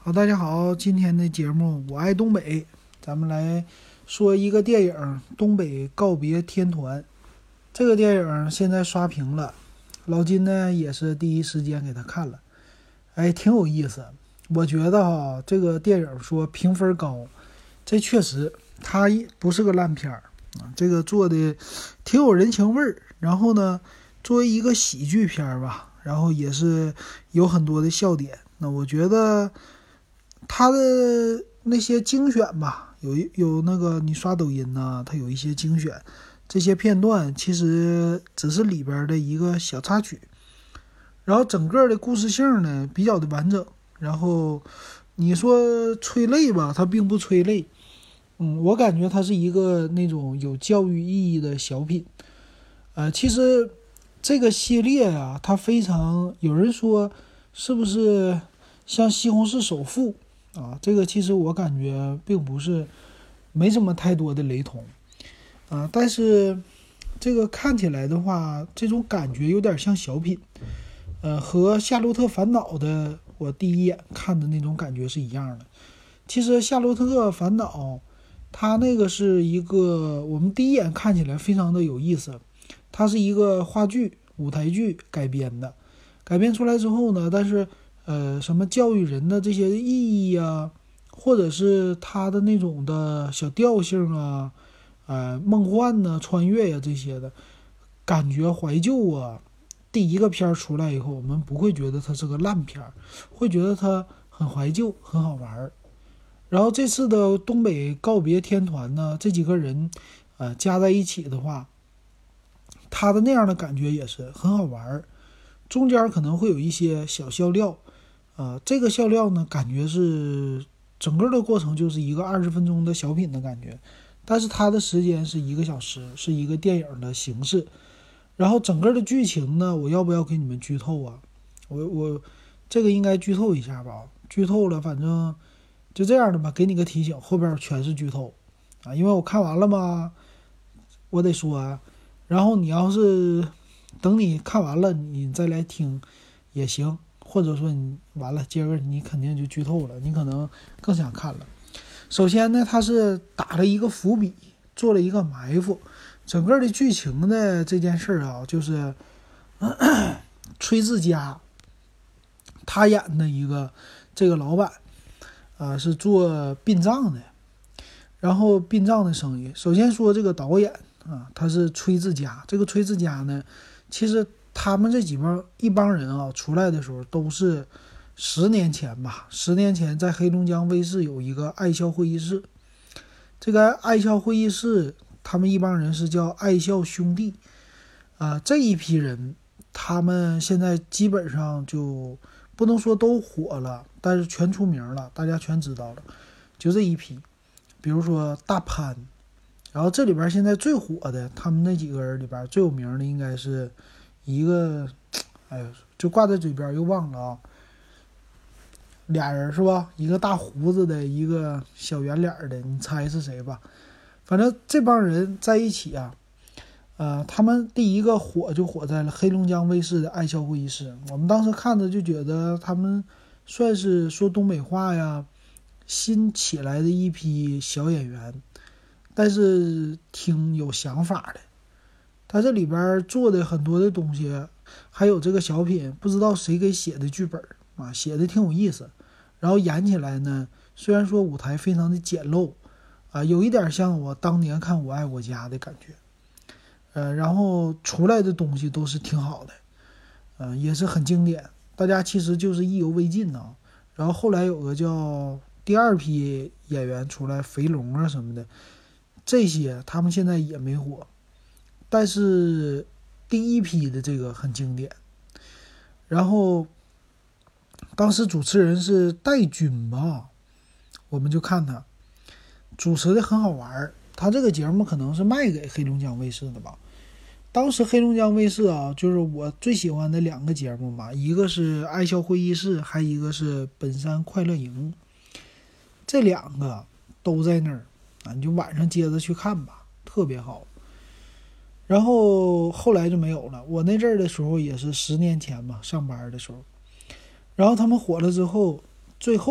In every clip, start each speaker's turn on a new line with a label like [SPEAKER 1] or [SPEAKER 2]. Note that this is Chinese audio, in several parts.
[SPEAKER 1] 好，大家好，今天的节目我爱东北，咱们来说一个电影《东北告别天团》。这个电影现在刷屏了，老金呢也是第一时间给他看了，挺有意思。我觉得这个电影说评分高，这确实它不是个烂片儿啊，这个做的挺有人情味儿。然后呢，作为一个喜剧片吧，然后也是有很多的笑点。那我觉得他的那些精选吧，有那个你刷抖音呢，它有一些精选，这些片段其实只是里边的一个小插曲，然后整个的故事性呢比较的完整，然后你说催泪吧，它并不催泪，我感觉它是一个那种有教育意义的小品，其实这个系列啊，它非常有人说是不是像西红柿首富啊？这个其实我感觉并不是，没什么太多的雷同啊。但是这个看起来的话，这种感觉有点像小品，和《夏洛特烦恼》的我第一眼看的那种感觉是一样的。其实《夏洛特烦恼》它那个是一个我们第一眼看起来非常的有意思，它是一个话剧、舞台剧改编的，改编出来之后呢，但是什么教育人的这些意义啊，或者是它的那种的小调性啊，梦幻呢、穿越呀、这些的感觉怀旧啊，第一个片儿出来以后，我们不会觉得它是个烂片儿，会觉得它很怀旧、很好玩。然后这次的东北告别天团呢，这几个人加在一起的话，他的那样的感觉也是很好玩，中间可能会有一些小笑料，这个笑料呢，感觉是整个的过程就是一个20分钟的小品的感觉，但是它的时间是1个小时，是一个电影的形式。然后整个的剧情呢，我要不要给你们剧透啊？我这个应该剧透一下吧，剧透了，反正就这样的吧，给你个提醒，后边全是剧透啊，因为我看完了嘛，我得说啊，然后你要是等你看完了，你再来听也行，或者说你完了，今儿你肯定就剧透了，你可能更想看了。首先呢，他是打了一个伏笔，做了一个埋伏。整个的剧情的这件事啊，就是崔志佳他演的一个这个老板是做殡葬的，然后殡葬的生意。首先说这个导演他是崔志佳，这个崔志佳呢，其实他们这一帮人出来的时候都是10年前吧，10年前在黑龙江卫视有一个爱笑会议室，这个爱笑会议室他们一帮人是叫爱笑兄弟这一批人他们现在基本上就不能说都火了，但是全出名了，大家全知道了，就这一批。比如说大潘，然后这里边现在最火的他们那几个人里边最有名的应该是一个，就挂在嘴边又忘了俩人是吧？一个大胡子的，一个小圆脸的，你猜是谁吧？反正这帮人在一起他们第一个火就火在了黑龙江卫视的爱笑会议室。我们当时看着就觉得他们算是说东北话呀，新起来的一批小演员，但是挺有想法的。他这里边做的很多的东西，还有这个小品，不知道谁给写的剧本写的挺有意思。然后演起来呢，虽然说舞台非常的简陋有一点像我当年看《我爱我家》的感觉，然后出来的东西都是挺好的，也是很经典，大家其实就是意犹未尽呢。然后后来有个叫第二批演员出来，肥龙啊什么的，这些他们现在也没火，但是第一批的这个很经典。然后当时主持人是戴军吧，我们就看他主持的很好玩，他这个节目可能是卖给黑龙江卫视的吧。当时黑龙江卫视就是我最喜欢的2个节目嘛，一个是爱笑会议室，还一个是本山快乐营，这2个都在那儿你就晚上接着去看吧，特别好。然后后来就没有了，我那阵儿的时候也是10年前嘛，上班的时候。然后他们火了之后，最后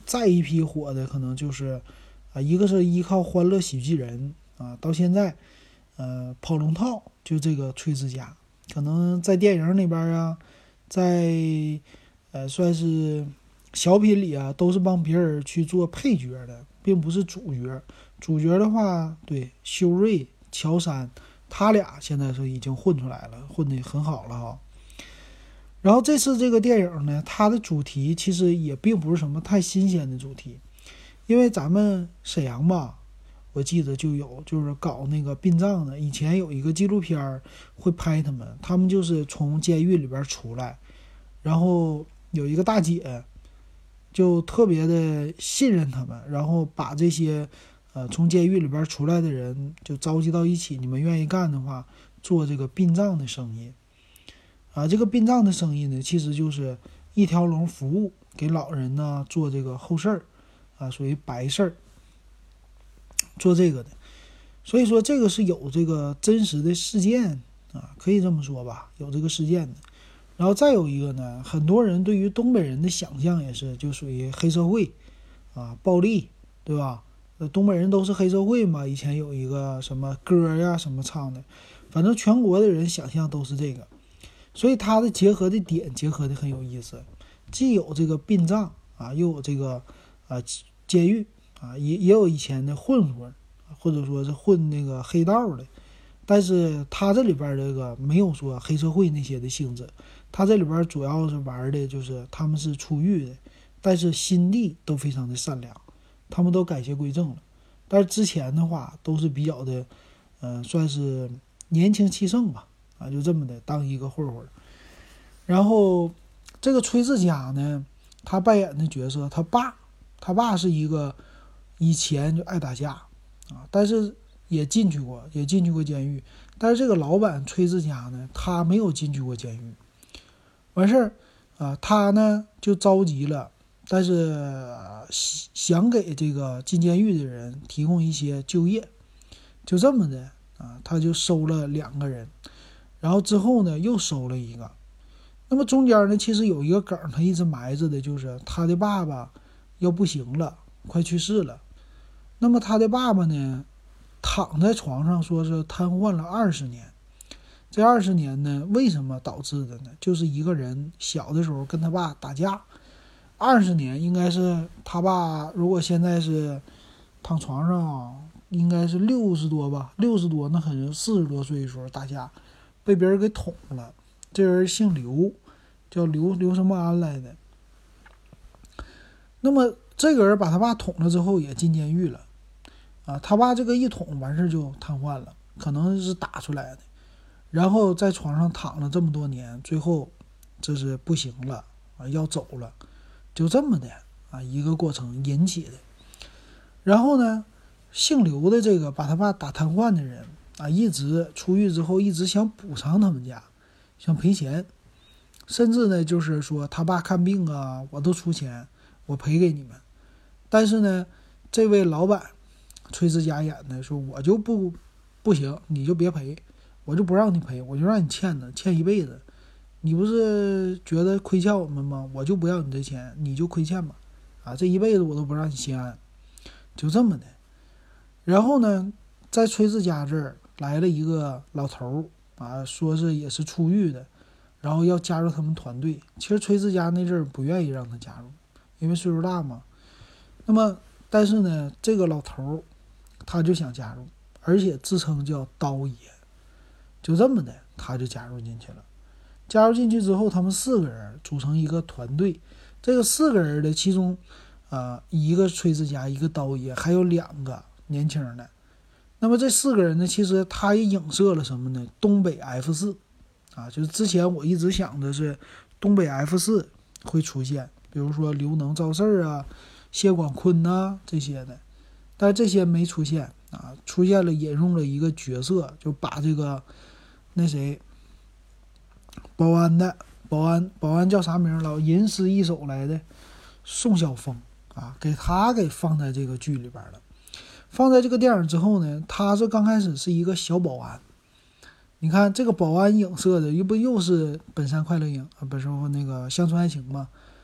[SPEAKER 1] 再一批火的可能就是一个是依靠《欢乐喜剧人》到现在跑龙套就这个崔志佳，可能在电影里边在算是小品里都是帮别人去做配角的，并不是主角。主角的话，对，修睿、乔杉，他俩现在是已经混出来了，混得很好了哈。然后这次这个电影呢，它的主题其实也并不是什么太新鲜的主题，因为咱们沈阳吧，我记得就是搞那个殡葬的，以前有一个纪录片会拍他们就是从监狱里边出来，然后有一个大姐就特别的信任他们，然后把这些从监狱里边出来的人就召集到一起，你们愿意干的话，做这个殡葬的生意这个殡葬的生意呢，其实就是一条龙服务，给老人呢做这个后事儿属于白事儿，做这个的。所以说这个是有这个真实的事件可以这么说吧，有这个事件的。然后再有一个呢，很多人对于东北人的想象也是就属于黑社会暴力，对吧？东北人都是黑社会嘛，以前有一个什么歌呀什么唱的，反正全国的人想象都是这个。所以它的结合的点结合的很有意思，既有这个殡葬又有这个监狱也有以前的混混，或者说是混那个黑道的，但是它这里边这个没有说黑社会那些的性质，它这里边主要是玩的就是他们是出狱的，但是心地都非常的善良，他们都改邪归正了。但是之前的话都是比较的算是年轻气盛吧就这么的当一个混混。然后这个崔志佳呢，他扮演的角色，他爸是一个以前就爱打架但是也进去过监狱。但是这个老板崔志佳呢，他没有进去过监狱。完事儿他呢就着急了，但是想给这个进监狱的人提供一些就业，就这么的他就收了2个人，然后之后呢又收了一个。那么中间呢，其实有一个梗他一直埋着的，就是他的爸爸要不行了，快去世了。那么他的爸爸呢，躺在床上说是瘫痪了20年。这20年呢，为什么导致的呢？就是一个人小的时候跟他爸打架，20年应该是他爸如果现在是躺床上应该是60多吧，60多那可能40多岁的时候打架，被别人给捅了。这人姓刘，叫刘什么安来的。那么这个人把他爸捅了之后也进监狱了他爸这个一捅完事就瘫痪了，可能是打出来的。然后在床上躺了这么多年，最后这是不行了要走了，就这么的一个过程引起的。然后呢，姓刘的这个把他爸打瘫痪的人一直出狱之后一直想补偿他们家，想赔钱，甚至呢就是说他爸看病我都出钱，我赔给你们。但是呢，这位老板崔志佳演的说，我就不行，你就别赔，我就不让你赔，我就让你欠一辈子。你不是觉得亏欠我们吗？我就不要你的钱，你就亏欠吧这一辈子我都不让你心安，就这么的。然后呢，在崔志佳这儿来了一个老头说是也是出狱的，然后要加入他们团队。其实崔志佳那阵儿不愿意让他加入，因为岁数大嘛。那么但是呢，这个老头他就想加入，而且自称叫刀爷，就这么的他就加入进去了。加入进去之后，他们4个人组成一个团队。这个4个人的其中一个崔志佳，一个刀爷，还有2个年轻的。那么这4个人呢，其实他也影射了什么呢？东北 F4就是之前我一直想的是东北 F4会出现，比如说刘能、赵四谢广坤这些的，但是这些没出现出现了引入了一个角色，就把这个那谁保安叫啥名了？吟诗一首来的宋晓峰给他给放在这个剧里边了。放在这个电影之后呢，他是刚开始是一个小保安。你看这个保安影射的又是本山快乐营不是那个乡村爱情吗？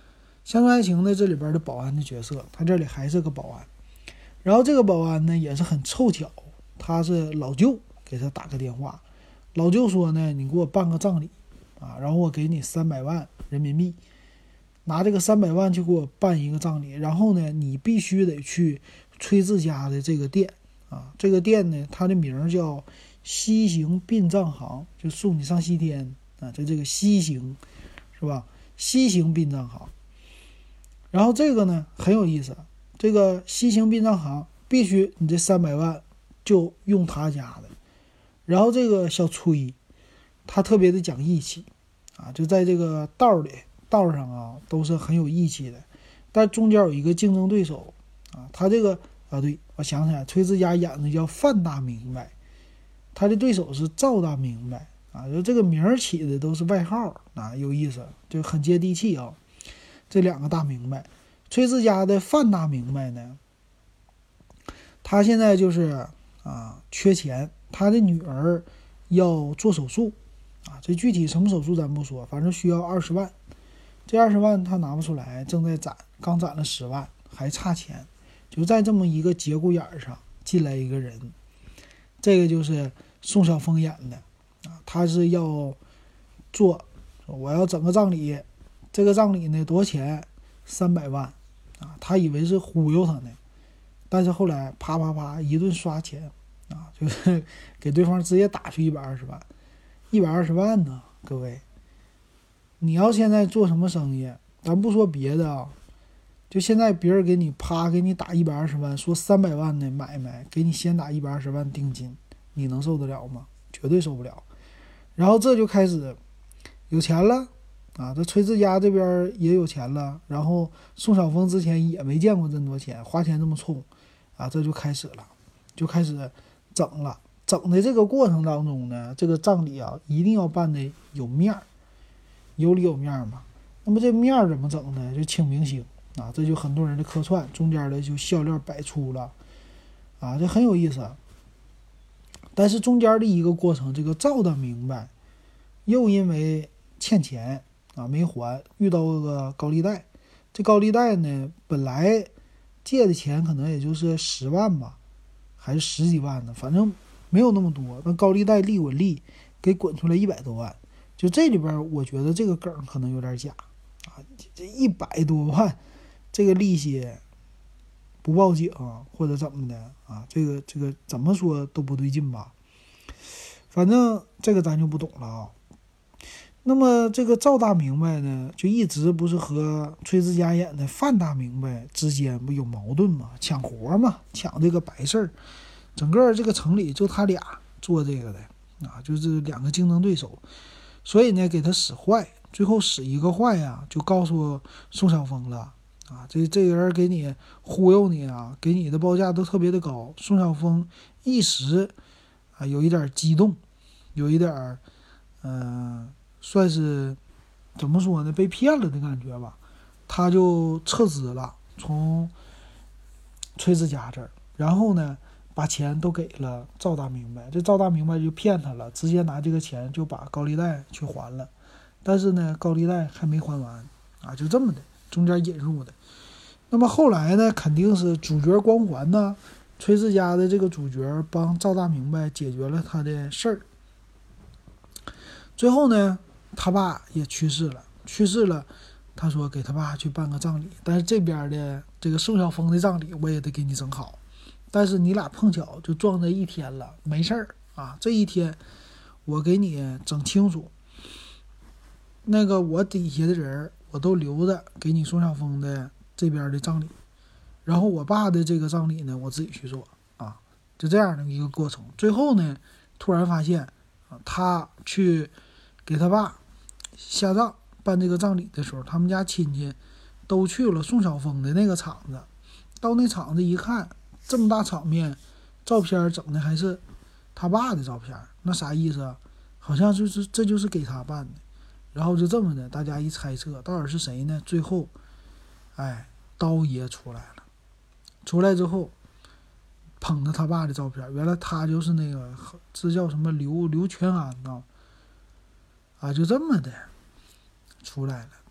[SPEAKER 1] 乡村爱情的这里边的保安的角色，他这里还是个保安。然后这个保安呢也是很凑巧，他是老舅给他打个电话，老舅说呢，你给我办个葬礼啊，然后我给你300万人民币，拿这个300万去给我办一个葬礼，然后呢你必须得去崔志家的这个店啊，这个店呢它的名叫西行殡葬行，就送你上西天啊，就这个西行是吧？西行殡葬行。然后这个呢很有意思，这个西行殡葬行必须你这300万就用他家的。然后这个小崔他特别的讲义气啊，就在这个道上啊都是很有义气的。但中间有一个竞争对手啊，他这个对，我想起来，崔志佳演的叫范大明白，他的对手是赵大明白啊，就这个名儿起的都是外号啊，有意思，就很接地气啊。这两个大明白，崔志佳的范大明白呢，他现在就是缺钱，他的女儿要做手术啊，这具体什么手术咱不说，反正需要20万，这20万他拿不出来，正在攒，刚攒了10万，还差钱，就在这么一个节骨眼上进来一个人，这个就是宋晓峰演的啊，他是要做，我要整个葬礼，这个葬礼呢多少钱？300万啊，他以为是忽悠他呢，但是后来啪啪啪一顿刷钱啊，就是给对方直接打去120万，120万呢，各位，你要现在做什么生意，咱不说别的啊，就现在别人给你打120万，说300万的买卖，给你先打120万定金，你能受得了吗？绝对受不了。然后这就开始有钱了啊，这崔志佳这边也有钱了，然后宋晓峰之前也没见过这么多钱，花钱这么冲啊，这就开始了，就开始整了。整的这个过程当中呢，这个葬礼啊一定要办的有面儿，有里有面嘛。那么这面儿怎么整呢？就请明星啊，这就很多人的客串，中间的就笑料百出了啊，这很有意思。但是中间的一个过程，这个赵大明白又因为欠钱啊没还，遇到个高利贷。这高利贷呢，本来借的钱可能也就是10万吧，还是10几万呢，反正没有那么多。那高利贷利滚利，给滚出来100多万。就这里边，我觉得这个梗可能有点假啊，这100多万，这个利息不报警或者怎么的啊？这个怎么说都不对劲吧？反正这个咱就不懂了啊。那么这个赵大明白呢，就一直不是和崔志佳演的范大明白之间不有矛盾吗？抢活嘛，抢这个白事儿。整个这个城里就他俩做这个的啊，就是2个竞争对手，所以呢给他使坏，最后使一个坏呀，就告诉宋晓峰了啊，这人给你忽悠你啊，给你的报价都特别的高。宋晓峰一时啊有一点激动，有一点算是怎么说呢，被骗了的感觉吧，他就撤资了，从崔志佳这儿，然后呢把钱都给了赵大明白，这赵大明白就骗他了，直接拿这个钱就把高利贷去还了，但是呢高利贷还没还完啊，就这么的中间引入的。那么后来呢，肯定是主角光环呢，崔志佳的这个主角帮赵大明白解决了他的事儿。最后呢，他爸也去世了，他说给他爸去办个葬礼，但是这边的这个宋晓峰的葬礼我也得给你整好，但是你俩碰巧就撞在一天了，没事儿啊，这一天我给你整清楚，那个我底下的人我都留着给你宋晓峰的这边的葬礼，然后我爸的这个葬礼呢我自己去做啊，就这样的一个过程。最后呢突然发现他去给他爸下葬办这个葬礼的时候，他们家亲戚都去了宋晓峰的那个场子，到那场子一看，这么大场面，照片整的还是他爸的照片，那啥意思啊？好像就是这就是给他办的。然后就这么的，大家一猜测到底是谁呢？最后刀爷出来了，出来之后捧着他爸的照片，原来他就是那个这叫什么刘全安啊，就这么的出来了。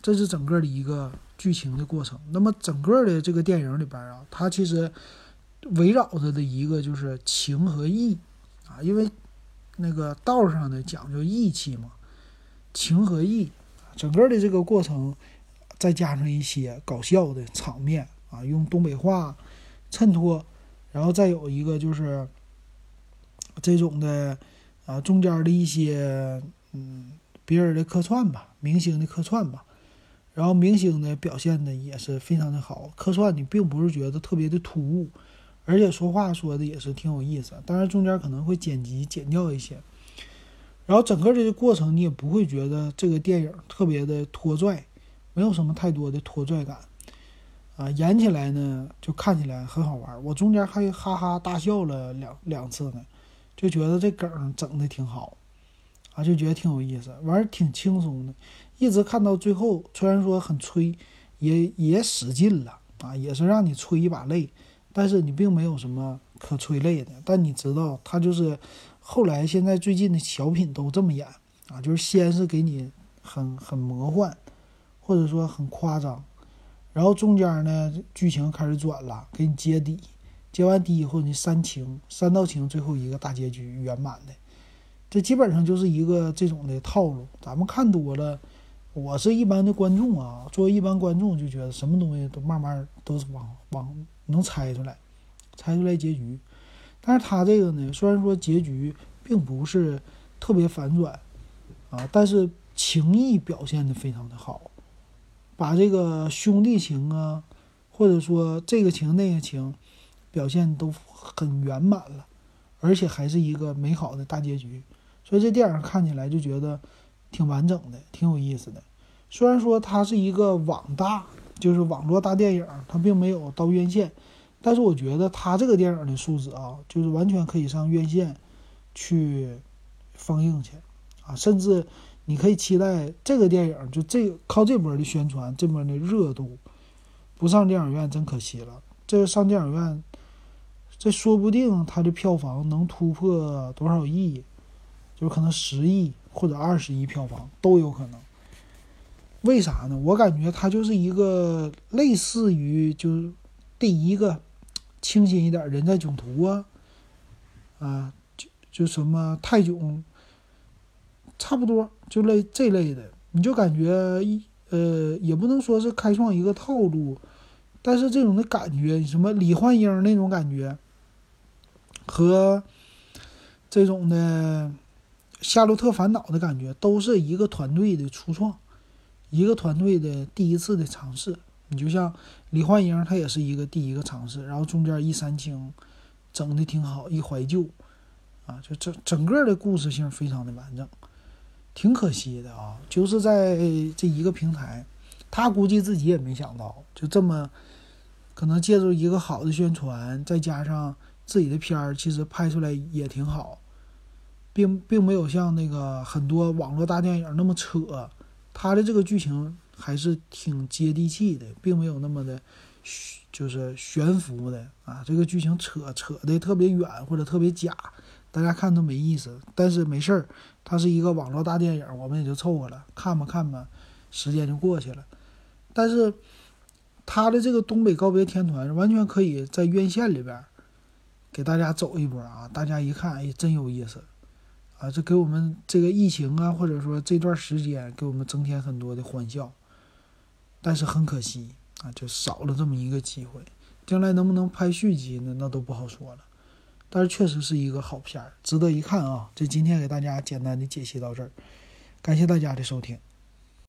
[SPEAKER 1] 这是整个的一个剧情的过程。那么整个的这个电影里边啊，它其实围绕着的一个就是情和义啊，因为那个道上的讲究义气嘛，情和义，整个的这个过程再加上一些搞笑的场面啊，用东北话衬托，然后再有一个就是这种的中间的一些别人的客串吧，明星的客串吧，然后明星的表现的也是非常的好，客串你并不是觉得特别的突兀，而且说话说的也是挺有意思，当然中间可能会剪辑剪掉一些，然后整个这个过程你也不会觉得这个电影特别的拖拽，没有什么太多的拖拽感啊，演起来呢就看起来很好玩，我中间还哈哈大笑了两次呢，就觉得这梗整的挺好啊，就觉得挺有意思，玩挺轻松的，一直看到最后，虽然说很催，也使劲了啊，也是让你催一把泪，但是你并没有什么可催泪的，但你知道它就是后来现在最近的小品都这么演啊，就是先是给你很魔幻，或者说很夸张，然后中间呢剧情开始转了，给你揭底，揭完底以后你三道情，最后一个大结局圆满的，这基本上就是一个这种的套路。咱们看多了，我是一般的观众啊，作为一般观众就觉得什么东西都慢慢都是往能猜出来结局。但是他这个呢，虽然说结局并不是特别反转啊，但是情谊表现的非常的好，把这个兄弟情啊，或者说这个情那个情表现都很圆满了，而且还是一个美好的大结局，所以这电影看起来就觉得挺完整的，挺有意思的。虽然说它是一个就是网络大电影，它并没有到院线，但是我觉得它这个电影的素质啊，就是完全可以上院线去放映去啊，甚至你可以期待这个电影就靠这波的宣传，这波的热度，不上电影院真可惜了。这个上电影院，这说不定它的票房能突破多少亿，就可能10亿或者20亿票房都有可能。为啥呢？我感觉它就是一个类似于就是第一个清新一点人在囧途就什么泰囧，差不多就这类的，你就感觉也不能说是开创一个套路，但是这种的感觉，什么李焕英那种感觉，和这种的夏洛特烦恼的感觉，都是一个团队的初创，一个团队的第一次的尝试。你就像李焕英，她也是一个第一个尝试，然后中间一煽情，整的挺好，一怀旧啊，就整个的故事性非常的完整，挺可惜的啊，就是在这一个平台，他估计自己也没想到，就这么可能借助一个好的宣传，再加上自己的片儿，其实拍出来也挺好，并没有像那个很多网络大电影那么扯，他的这个剧情还是挺接地气的，并没有那么的就是悬浮的啊，这个剧情扯的特别远或者特别假，大家看都没意思。但是没事儿，它是一个网络大电影，我们也就凑合了，看吧，时间就过去了。但是他的这个东北告别天团完全可以在院线里边给大家走一波啊，大家一看，哎，真有意思啊，这给我们这个疫情啊，或者说这段时间给我们增添很多的欢笑。但是很可惜啊，就少了这么一个机会。将来能不能拍续集呢？那都不好说了。但是确实是一个好片儿，值得一看啊！这今天给大家简单的解析到这儿，感谢大家的收听。